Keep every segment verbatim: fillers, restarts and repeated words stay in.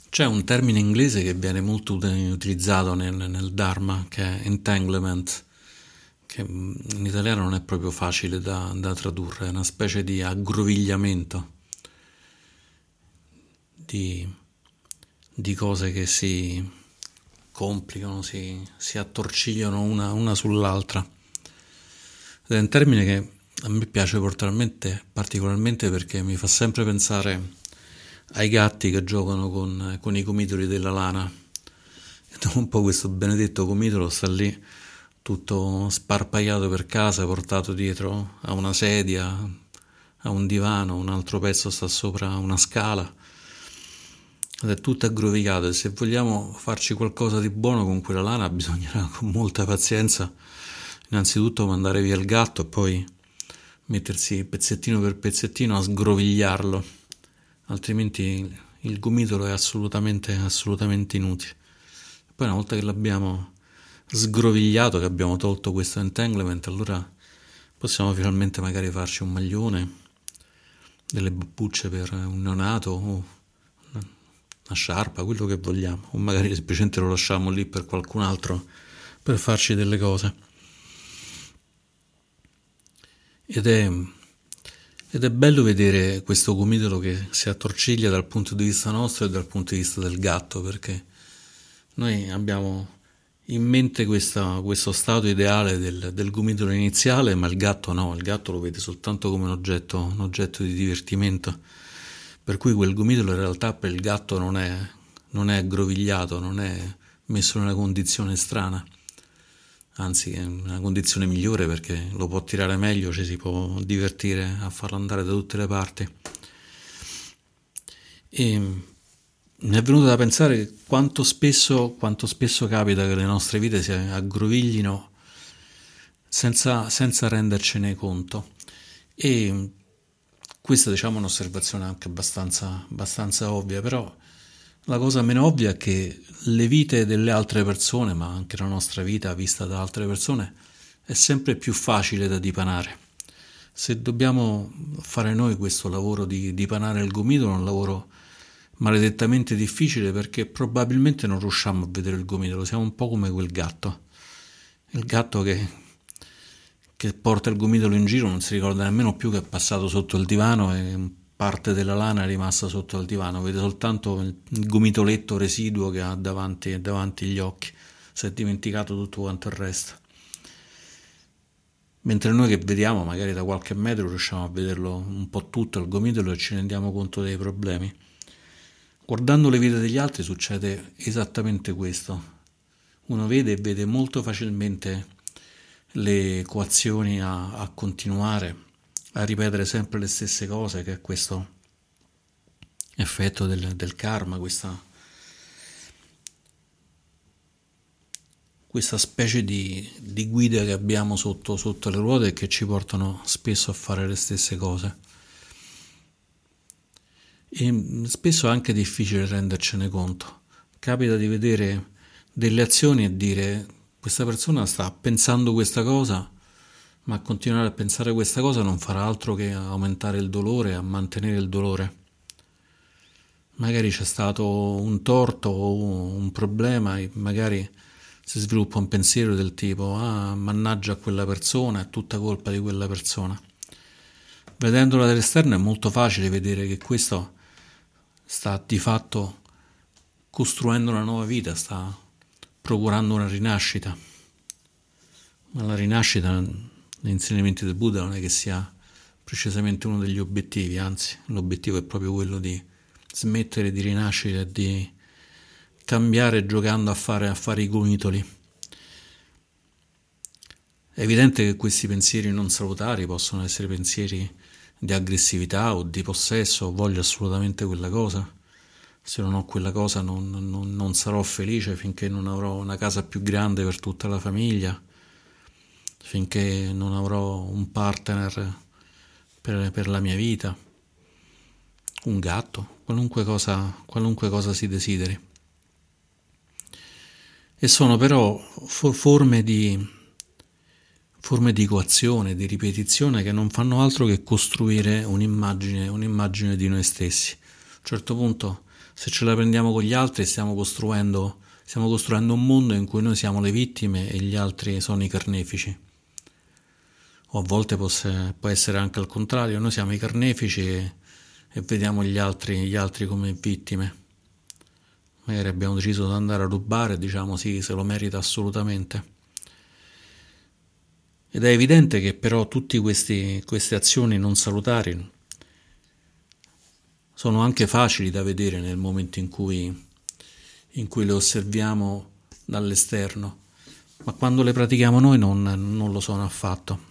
C'è un termine inglese che viene molto ut- utilizzato nel, nel Dharma, che è entanglement, che mm, in italiano non è proprio facile da, da tradurre, è una specie di aggrovigliamento di, di cose che si complicano, si, si attorcigliano una, una sull'altra. Ed è un termine che a me piace particolarmente, particolarmente perché mi fa sempre pensare ai gatti che giocano con, con i gomitoli della lana. E dopo un po' questo benedetto gomitolo sta lì tutto sparpagliato per casa, portato dietro a una sedia, a un divano, un altro pezzo sta sopra una scala ed è tutto aggrovigliato e se vogliamo farci qualcosa di buono con quella lana bisognerà con molta pazienza innanzitutto mandare via il gatto e poi mettersi pezzettino per pezzettino a sgrovigliarlo, altrimenti il gomitolo è assolutamente, assolutamente inutile. Poi una volta che l'abbiamo sgrovigliato, che abbiamo tolto questo entanglement, allora possiamo finalmente magari farci un maglione, delle babbucce per un neonato o una sciarpa, quello che vogliamo, o magari semplicemente lo lasciamo lì per qualcun altro per farci delle cose. Ed è, ed è bello vedere questo gomitolo che si attorciglia dal punto di vista nostro e dal punto di vista del gatto, perché noi abbiamo in mente questa, questo stato ideale del, del gomitolo iniziale, ma il gatto no, il gatto lo vede soltanto come un oggetto, un oggetto di divertimento, per cui quel gomitolo in realtà per il gatto non è, non è aggrovigliato, non è messo in una condizione strana, anzi è una condizione migliore perché lo può tirare meglio, ci si può divertire a farlo andare da tutte le parti. E mi è venuto da pensare quanto spesso, quanto spesso capita che le nostre vite si aggroviglino senza, senza rendercene conto. E questa diciamo è un'osservazione anche abbastanza, abbastanza ovvia, però la cosa meno ovvia è che le vite delle altre persone, ma anche la nostra vita vista da altre persone, è sempre più facile da dipanare. Se dobbiamo fare noi questo lavoro di dipanare il gomitolo, è un lavoro maledettamente difficile perché probabilmente non riusciamo a vedere il gomitolo, siamo un po' come quel gatto. Il gatto che, che porta il gomitolo in giro non si ricorda nemmeno più che è passato sotto il divano e parte della lana è rimasta sotto al divano, vede soltanto il gomitoletto residuo che ha davanti, davanti agli occhi, si è dimenticato tutto quanto il resto. Mentre noi che vediamo magari da qualche metro riusciamo a vederlo un po' tutto il gomitolo e ci rendiamo conto dei problemi. Guardando le vite degli altri succede esattamente questo. Uno vede e vede molto facilmente le equazioni a, a continuare, a ripetere sempre le stesse cose, che è questo effetto del, del karma, questa, questa specie di, di guida che abbiamo sotto, sotto le ruote e che ci portano spesso a fare le stesse cose. E spesso è anche difficile rendercene conto. Capita di vedere delle azioni e dire questa persona sta pensando questa cosa, ma a continuare a pensare questa cosa non farà altro che aumentare il dolore, a mantenere il dolore. Magari c'è stato un torto o un problema e magari si sviluppa un pensiero del tipo ah, mannaggia quella persona, è tutta colpa di quella persona. Vedendola dall'esterno è molto facile vedere che questo sta di fatto costruendo una nuova vita, sta procurando una rinascita. Ma la rinascita negli insegnamenti del Buddha non è che sia precisamente uno degli obiettivi, anzi l'obiettivo è proprio quello di smettere di rinascere e di cambiare giocando a fare, a fare i gomitoli. È evidente che questi pensieri non salutari possono essere pensieri di aggressività o di possesso, o voglio assolutamente quella cosa, se non ho quella cosa non, non, non sarò felice finché non avrò una casa più grande per tutta la famiglia, finché non avrò un partner per, per la mia vita, un gatto, qualunque cosa, qualunque cosa si desideri. E sono però for- forme di forme di coazione, di ripetizione che non fanno altro che costruire un'immagine, un'immagine di noi stessi. A un certo punto Se ce la prendiamo con gli altri stiamo costruendo, stiamo costruendo un mondo in cui noi siamo le vittime e gli altri sono i carnefici. O a volte può essere anche al contrario, noi siamo i carnefici e, e vediamo gli altri, gli altri come vittime. Magari abbiamo deciso di andare a rubare e diciamo sì, se lo merita assolutamente. Ed è evidente che però tutte queste azioni non salutari sono anche facili da vedere nel momento in cui, in cui le osserviamo dall'esterno, ma quando le pratichiamo noi non, non lo sono affatto.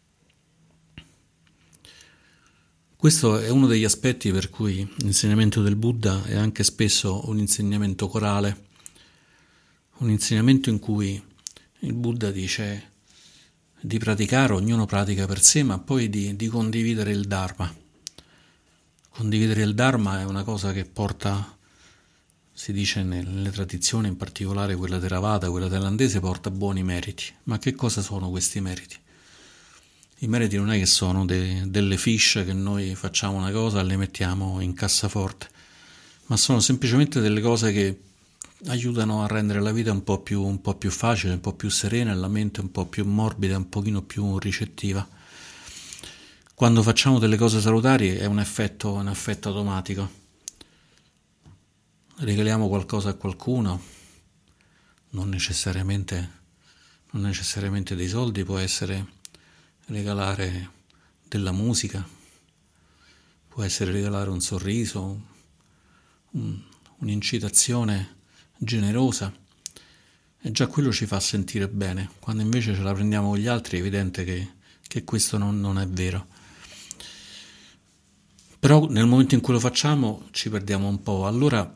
Questo è uno degli aspetti per cui l'insegnamento del Buddha è anche spesso un insegnamento corale, un insegnamento in cui il Buddha dice di praticare, ognuno pratica per sé, ma poi di, di condividere il Dharma. Condividere il Dharma è una cosa che porta, si dice nelle tradizioni, in particolare quella Theravada, quella thailandese, porta buoni meriti. Ma che cosa sono questi meriti? I meriti non è che sono de, delle fiche che noi facciamo una cosa e le mettiamo in cassaforte, ma sono semplicemente delle cose che aiutano a rendere la vita un po' più, un po' più facile, un po' più serena e la mente un po' più morbida, un pochino più ricettiva. Quando facciamo delle cose salutari è un effetto, un effetto automatico. Regaliamo qualcosa a qualcuno, non necessariamente, non necessariamente dei soldi, può essere regalare della musica, può essere regalare un sorriso, un, un'incitazione generosa, e già quello ci fa sentire bene. Quando invece ce la prendiamo con gli altri è evidente che, che questo non, non è vero. Però nel momento in cui lo facciamo ci perdiamo un po'. Allora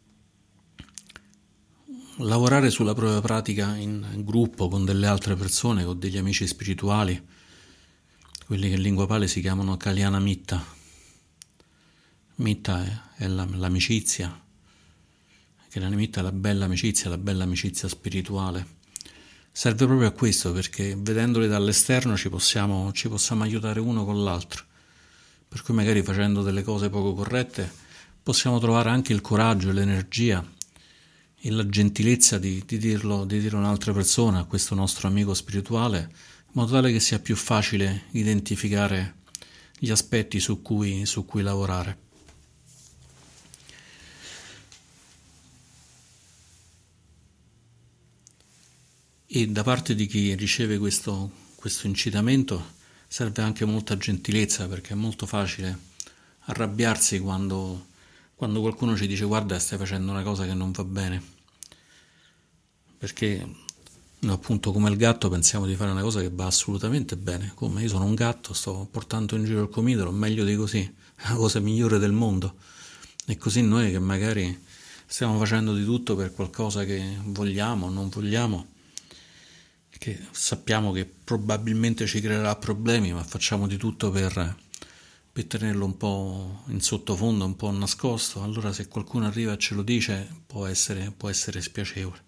lavorare sulla propria pratica in gruppo con delle altre persone, con degli amici spirituali, quelli che in lingua pali si chiamano Kalyana Mitta. Mitta è, è la, l'amicizia, che la Mitta è la bella amicizia, la bella amicizia spirituale. Serve proprio a questo, perché vedendoli dall'esterno ci possiamo, ci possiamo aiutare uno con l'altro. Per cui magari facendo delle cose poco corrette possiamo trovare anche il coraggio e l'energia e la gentilezza di, di dirlo, di dirlo a un'altra persona, a questo nostro amico spirituale, in modo tale che sia più facile identificare gli aspetti su cui, su cui lavorare. E da parte di chi riceve questo, questo incitamento serve anche molta gentilezza, perché è molto facile arrabbiarsi quando, quando qualcuno ci dice guarda, stai facendo una cosa che non va bene, perché noi appunto come il gatto pensiamo di fare una cosa che va assolutamente bene, come io sono un gatto, sto portando in giro il comidolo, meglio di così, è la cosa migliore del mondo. E così noi che magari stiamo facendo di tutto per qualcosa che vogliamo o non vogliamo, che sappiamo che probabilmente ci creerà problemi, ma facciamo di tutto per, per tenerlo un po' in sottofondo, un po' nascosto. Allora se qualcuno arriva e ce lo dice può essere, può essere spiacevole.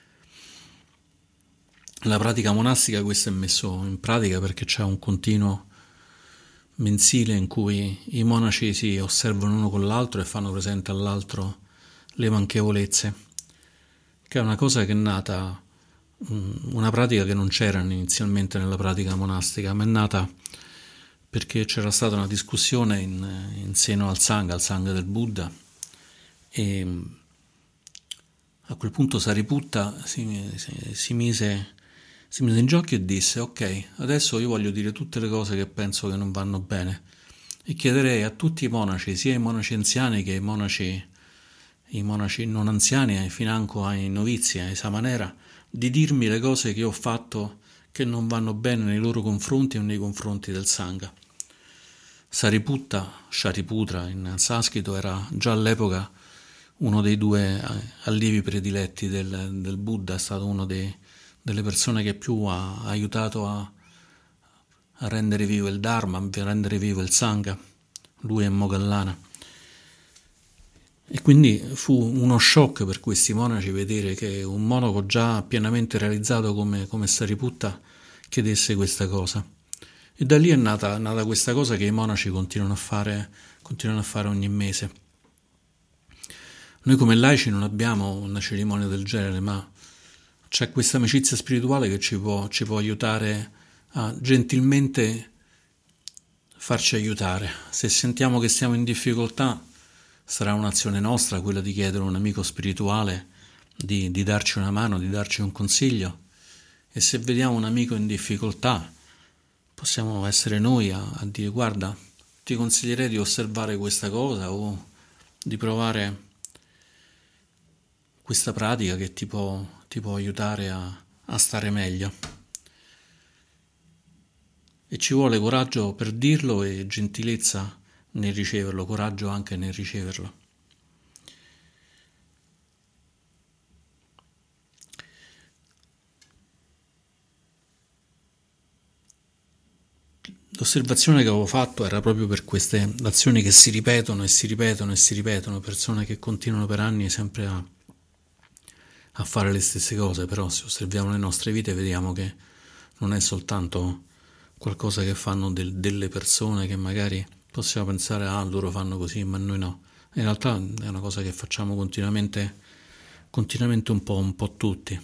La pratica monastica questo è messo in pratica perché c'è un continuo mensile in cui i monaci si osservano uno con l'altro e fanno presente all'altro le manchevolezze, che è una cosa che è nata, una pratica che non c'era inizialmente nella pratica monastica, ma è nata perché c'era stata una discussione in, in seno al Sangha, al Sangha del Buddha, e a quel punto Sariputta si, si, si mise si mise in gioco e disse ok, adesso io voglio dire tutte le cose che penso che non vanno bene e chiederei a tutti i monaci, sia i monaci anziani che i monaci, i monaci non anziani, e financo ai novizi, ai samanera, di dirmi le cose che ho fatto che non vanno bene nei loro confronti o nei confronti del Sangha. Sariputta, Shariputra in sanscrito, era già all'epoca uno dei due allievi prediletti del, del Buddha, è stato uno dei delle persone che più ha aiutato a, a rendere vivo il Dharma, a rendere vivo il Sangha, lui e Moggallana. E quindi fu uno shock per questi monaci vedere che un monaco già pienamente realizzato come, come Sariputta chiedesse questa cosa. E da lì è nata, nata questa cosa che i monaci continuano a fare, continuano a fare ogni mese. Noi come laici non abbiamo una cerimonia del genere, ma c'è questa amicizia spirituale che ci può, ci può aiutare a gentilmente farci aiutare. Se sentiamo che siamo in difficoltà, sarà un'azione nostra quella di chiedere a un amico spirituale di, di darci una mano, di darci un consiglio. E se vediamo un amico in difficoltà, possiamo essere noi a, a dire: guarda, ti consiglierei di osservare questa cosa o di provare questa pratica che ti può, ti può aiutare a, a stare meglio. E ci vuole coraggio per dirlo e gentilezza nel riceverlo, coraggio anche nel riceverlo. L'osservazione che avevo fatto era proprio per queste azioni che si ripetono e si ripetono e si ripetono, persone che continuano per anni sempre a, a fare le stesse cose, però se osserviamo le nostre vite vediamo che non è soltanto qualcosa che fanno del, delle persone che magari possiamo pensare: ah, loro fanno così, ma noi no. In realtà è una cosa che facciamo continuamente, continuamente un po', un po' tutti.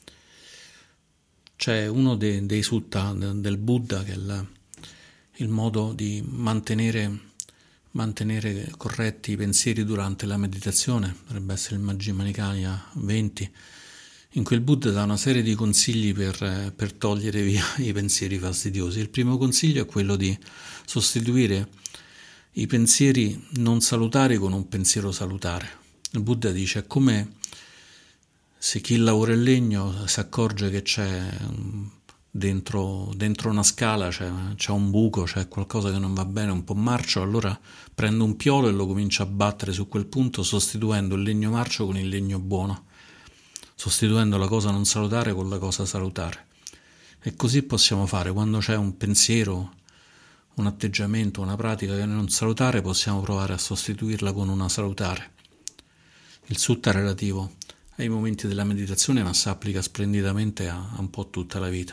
C'è uno dei, dei sutta del Buddha che è il, il modo di mantenere, mantenere corretti i pensieri durante la meditazione, dovrebbe essere il Majjhima Nikaya venti, in cui il Buddha dà una serie di consigli per, per togliere via i pensieri fastidiosi. Il primo consiglio è quello di sostituire i pensieri non salutari con un pensiero salutare. Il Buddha dice: è come se chi lavora il legno si accorge che c'è dentro, dentro una scala, c'è, c'è un buco, c'è qualcosa che non va bene, un po' marcio, allora prende un piolo e lo comincia a battere su quel punto, sostituendo il legno marcio con il legno buono, sostituendo la cosa non salutare con la cosa salutare. E così possiamo fare quando c'è un pensiero, un atteggiamento, una pratica che non salutare, possiamo provare a sostituirla con una salutare. Il sutta è relativo ai momenti della meditazione, ma si applica splendidamente a, a un po' tutta la vita.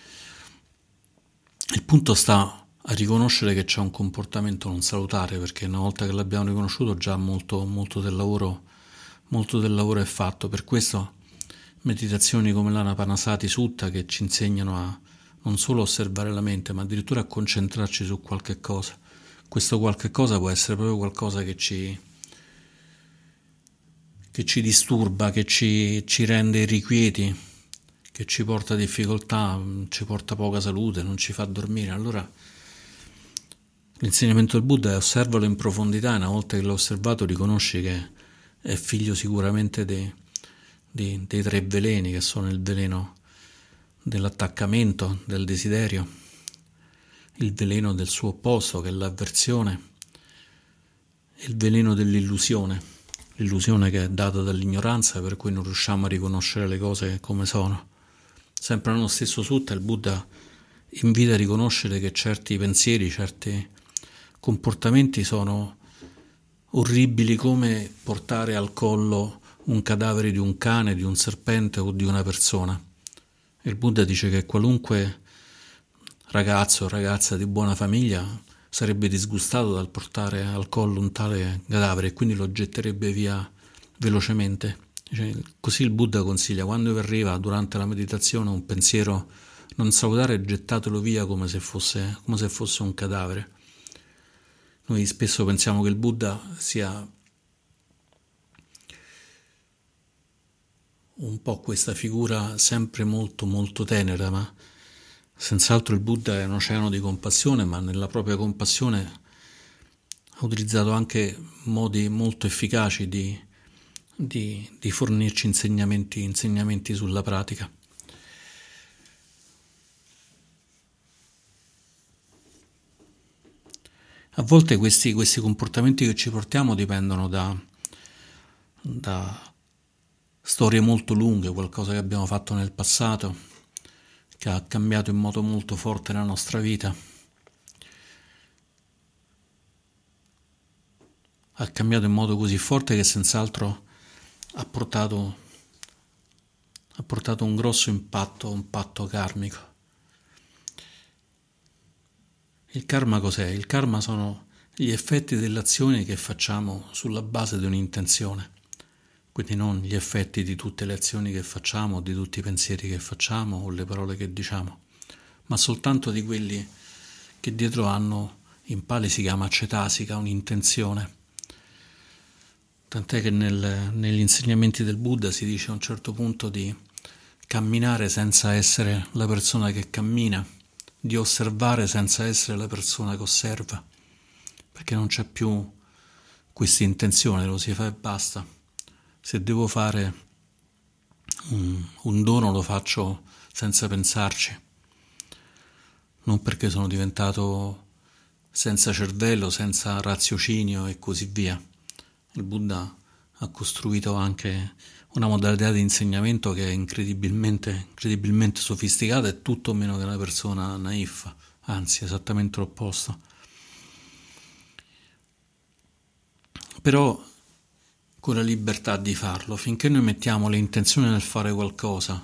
Il punto sta a riconoscere che c'è un comportamento non salutare, perché una volta che l'abbiamo riconosciuto già molto, molto del lavoro, molto del lavoro è fatto. Per questo meditazioni come l'Anapanasati Sutta, che ci insegnano a non solo osservare la mente, ma addirittura a concentrarci su qualche cosa. Questo qualche cosa può essere proprio qualcosa che ci, che ci disturba, che ci, ci rende irrequieti, che ci porta difficoltà, ci porta poca salute, non ci fa dormire. Allora l'insegnamento del Buddha è: osservalo in profondità, e una volta che l'ho osservato riconosci che è figlio sicuramente dei, dei, dei tre veleni, che sono il veleno dell'attaccamento, del desiderio, il veleno del suo opposto, che è l'avversione, e il veleno dell'illusione, l'illusione che è data dall'ignoranza, per cui non riusciamo a riconoscere le cose come sono. Sempre nello stesso sutta il Buddha invita a riconoscere che certi pensieri, certi comportamenti sono orribili come portare al collo un cadavere di un cane, di un serpente o di una persona. Il Buddha dice che qualunque ragazzo o ragazza di buona famiglia sarebbe disgustato dal portare al collo un tale cadavere e quindi lo getterebbe via velocemente. Dice, così il Buddha consiglia: quando vi arriva durante la meditazione un pensiero non salutare, gettatelo via come se fosse, come se fosse un cadavere. Noi spesso pensiamo che il Buddha sia un po' questa figura sempre molto molto tenera, ma senz'altro il Buddha è un oceano di compassione, ma nella propria compassione ha utilizzato anche modi molto efficaci di, di, di fornirci insegnamenti, insegnamenti sulla pratica. A volte questi, questi comportamenti che ci portiamo dipendono da, da storie molto lunghe, qualcosa che abbiamo fatto nel passato, che ha cambiato in modo molto forte la nostra vita. Ha cambiato in modo così forte che senz'altro ha portato, ha portato un grosso impatto, un impatto karmico. Il karma cos'è? Il karma sono gli effetti delle azioni che facciamo sulla base di un'intenzione. quindi non gli effetti di tutte le azioni che facciamo, di tutti i pensieri che facciamo o le parole che diciamo, ma soltanto di quelli che dietro hanno, in Pali si chiama cetasica, un'intenzione. Tant'è che nel, negli insegnamenti del Buddha si dice a un certo punto di camminare senza essere la persona che cammina, di osservare senza essere la persona che osserva, perché non c'è più questa intenzione, lo si fa e basta. Se devo fare un, un dono lo faccio senza pensarci, non perché sono diventato senza cervello, senza raziocinio e così via. Il Buddha ha costruito anche una modalità di insegnamento che è incredibilmente, incredibilmente sofisticata e tutto meno che una persona naif, anzi esattamente l'opposto. Però con la libertà di farlo, finché noi mettiamo le intenzioni nel fare qualcosa,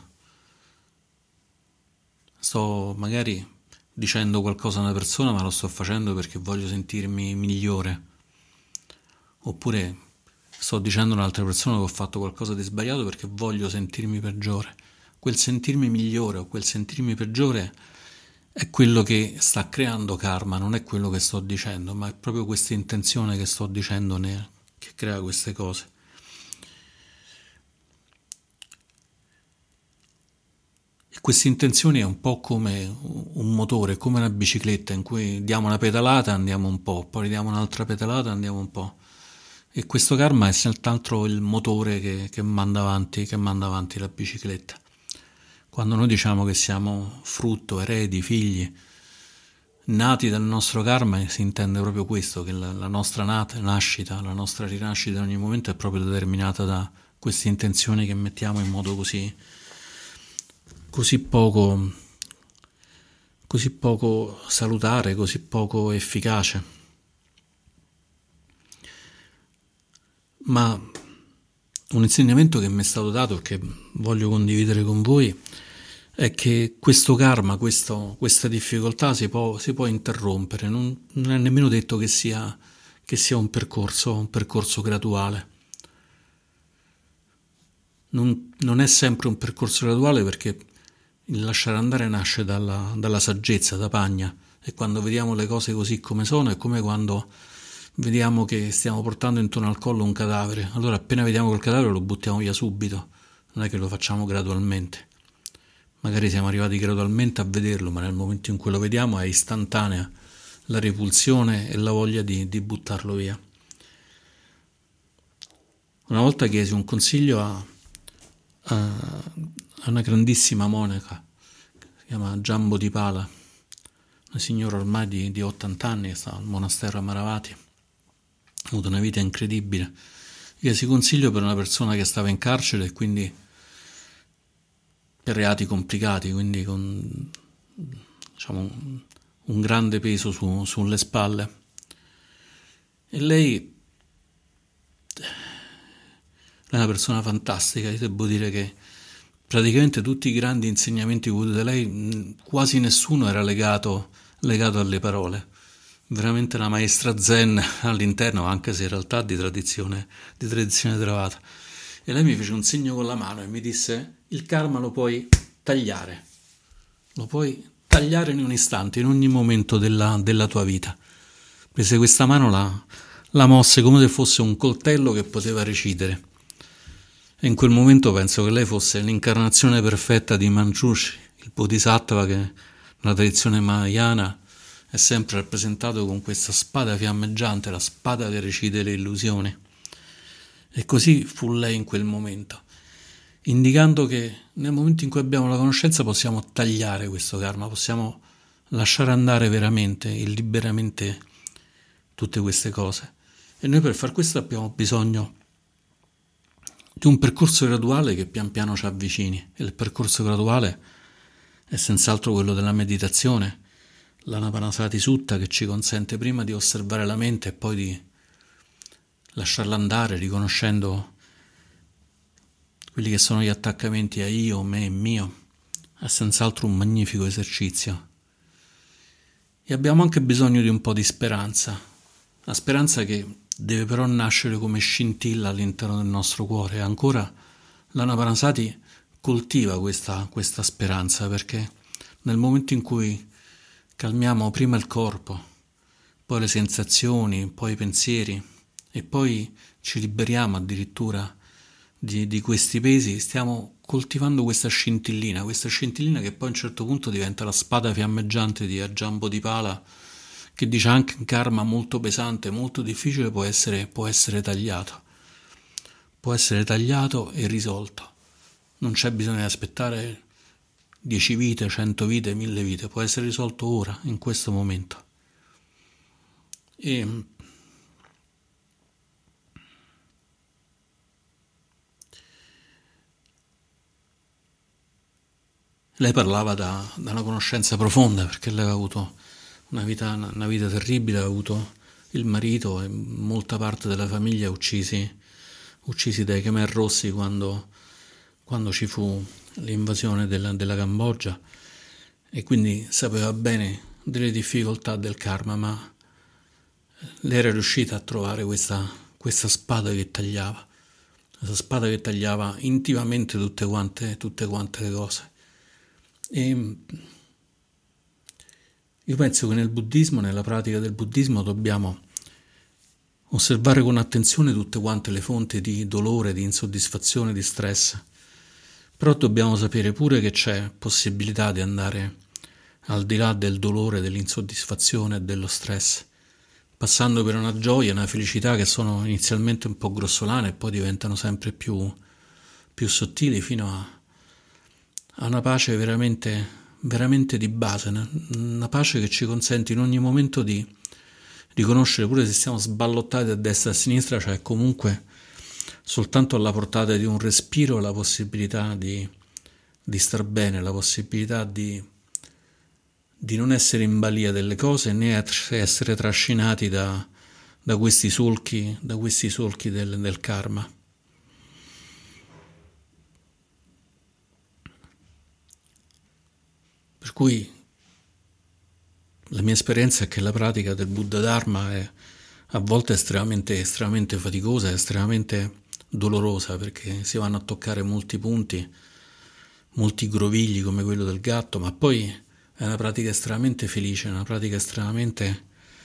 sto magari dicendo qualcosa a una persona ma lo sto facendo perché voglio sentirmi migliore, oppure sto dicendo a un'altra persona che ho fatto qualcosa di sbagliato perché voglio sentirmi peggiore. Quel sentirmi migliore o quel sentirmi peggiore è quello che sta creando karma, non è quello che sto dicendo, ma è proprio questa intenzione che sto dicendo che crea queste cose. E questa intenzione è un po' come un motore, come una bicicletta in cui diamo una pedalata, andiamo un po', poi diamo un'altra pedalata, andiamo un po'. E questo karma è senz'altro il motore che, che manda avanti, che manda avanti la bicicletta. Quando noi diciamo che siamo frutto, eredi, figli, nati dal nostro karma, si intende proprio questo, che la, la nostra nata, nascita, la nostra rinascita in ogni momento è proprio determinata da queste intenzioni che mettiamo in modo così, così poco, così poco salutare, così poco efficace. Ma un insegnamento che mi è stato dato e che voglio condividere con voi è che questo karma, questo, questa difficoltà si può, si può interrompere, non, non è nemmeno detto che sia, che sia un percorso, un percorso graduale. Non, non è sempre un percorso graduale perché il lasciare andare nasce dalla, dalla saggezza, da Pagna, e quando vediamo le cose così come sono è come quando vediamo che stiamo portando intorno al collo un cadavere, allora appena vediamo quel cadavere lo buttiamo via subito, non è che lo facciamo gradualmente. Magari siamo arrivati gradualmente a vederlo, ma nel momento in cui lo vediamo è istantanea la repulsione e la voglia di, di buttarlo via. Una volta chiesi un consiglio a, a, a una grandissima monaca, si chiama Jambudipala, una signora ormai di, di ottanta anni che sta al monastero a Maravati, ha avuto una vita incredibile. Chiesi consiglio per una persona che stava in carcere e quindi per reati complicati, quindi con diciamo un, un grande peso su, sulle spalle. E lei è una persona fantastica, io devo dire che praticamente tutti i grandi insegnamenti avuti da lei, quasi nessuno era legato, legato alle parole. Veramente una maestra zen all'interno, anche se in realtà di tradizione, di tradizione Theravada. E lei mi fece un segno con la mano e mi disse: il karma lo puoi tagliare, lo puoi tagliare in un istante, in ogni momento della, della tua vita. Prese questa mano, la, la mosse come se fosse un coltello che poteva recidere. E in quel momento penso che lei fosse l'incarnazione perfetta di Manjushri, il bodhisattva che nella tradizione mahayana è sempre rappresentato con questa spada fiammeggiante, la spada che recide le illusioni. E così fu lei in quel momento, indicando che nel momento in cui abbiamo la conoscenza possiamo tagliare questo karma, possiamo lasciare andare veramente e liberamente tutte queste cose. E noi per far questo abbiamo bisogno di un percorso graduale che pian piano ci avvicini. E il percorso graduale è senz'altro quello della meditazione, l'Anapanasati Sutta, che ci consente prima di osservare la mente e poi di lasciarla andare, riconoscendo quelli che sono gli attaccamenti a io, me e mio. È senz'altro un magnifico esercizio. E abbiamo anche bisogno di un po' di speranza, la speranza che deve però nascere come scintilla all'interno del nostro cuore. Ancora l'Anapanasati coltiva questa, questa speranza, perché nel momento in cui calmiamo prima il corpo, poi le sensazioni, poi i pensieri e poi ci liberiamo addirittura di, di questi pesi, stiamo coltivando questa scintillina, questa scintillina che poi a un certo punto diventa la spada fiammeggiante di Ajambodipala, che dice anche un karma molto pesante, molto difficile può essere, può essere tagliato, può essere tagliato e risolto. Non c'è bisogno di aspettare dieci vite, cento vite, mille vite, può essere risolto ora, in questo momento. E lei parlava da, da una conoscenza profonda, perché lei aveva avuto una vita, una vita terribile, aveva avuto il marito e molta parte della famiglia uccisi, uccisi dai Khmer Rossi quando, quando ci fu l'invasione della, della Cambogia, e quindi sapeva bene delle difficoltà del karma, ma lei era riuscita a trovare questa, questa spada che tagliava, questa spada che tagliava intimamente tutte quante, tutte quante le cose. E io penso che nel buddismo, nella pratica del buddismo, dobbiamo osservare con attenzione tutte quante le fonti di dolore, di insoddisfazione, di stress, però dobbiamo sapere pure che c'è possibilità di andare al di là del dolore, dell'insoddisfazione e dello stress, passando per una gioia e una felicità che sono inizialmente un po' grossolane e poi diventano sempre più, più sottili, fino a a una pace veramente, veramente di base, una pace che ci consente in ogni momento di riconoscere, pure se siamo sballottati a destra e a sinistra, cioè comunque soltanto alla portata di un respiro, la possibilità di, di star bene, la possibilità di, di non essere in balia delle cose né essere trascinati da, da questi solchi, da questi solchi del, del karma. Per cui la mia esperienza è che la pratica del Buddha Dharma è a volte estremamente, estremamente faticosa, estremamente dolorosa, perché si vanno a toccare molti punti, molti grovigli come quello del gatto, ma poi è una pratica estremamente felice, una pratica estremamente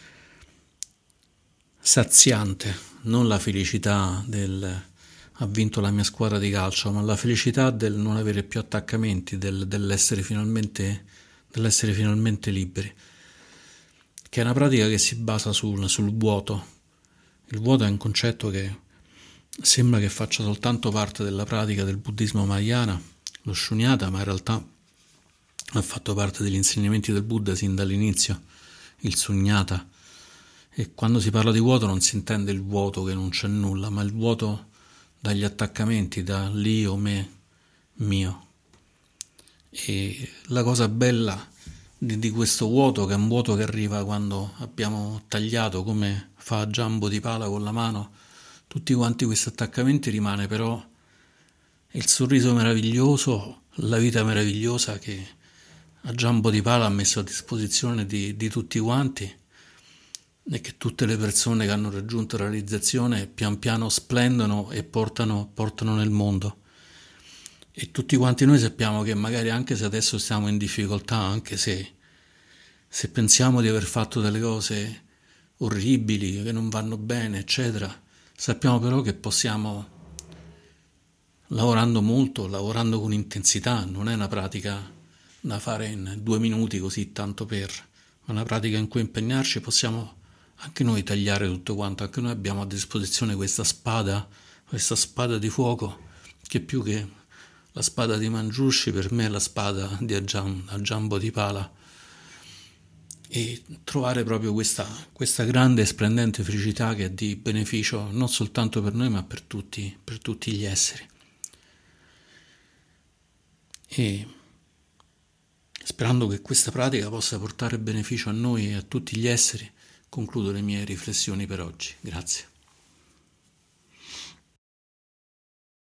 saziante, non la felicità del ha vinto la mia squadra di calcio, ma la felicità del non avere più attaccamenti, del, dell'essere finalmente, dell'essere finalmente liberi, che è una pratica che si basa sul, sul vuoto. Il vuoto è un concetto che sembra che faccia soltanto parte della pratica del buddismo mahayana, lo shunyata, ma in realtà ha fatto parte degli insegnamenti del Buddha sin dall'inizio, il sunyata. E quando si parla di vuoto non si intende il vuoto che non c'è nulla, ma il vuoto dagli attaccamenti, da l'io, me, mio. E la cosa bella di, di questo vuoto, che è un vuoto che arriva quando abbiamo tagliato, come fa Ajambodipala con la mano, tutti quanti questi attaccamenti, rimane però il sorriso meraviglioso, la vita meravigliosa che Ajambodipala ha messo a disposizione di, di tutti quanti, e che tutte le persone che hanno raggiunto la realizzazione pian piano splendono e portano, portano nel mondo. E tutti quanti noi sappiamo che magari anche se adesso siamo in difficoltà, anche se, se pensiamo di aver fatto delle cose orribili, che non vanno bene, eccetera, sappiamo però che possiamo, lavorando molto, lavorando con intensità, non è una pratica da fare in due minuti così tanto per, ma una pratica in cui impegnarci, possiamo anche noi tagliare tutto quanto, anche noi abbiamo a disposizione questa spada, questa spada di fuoco, che più che la spada di Manjushri per me è la spada di Ajam, Ajambodipala, e trovare proprio questa, questa grande e splendente felicità che è di beneficio non soltanto per noi ma per tutti, per tutti gli esseri. E sperando che questa pratica possa portare beneficio a noi e a tutti gli esseri, concludo le mie riflessioni per oggi. Grazie.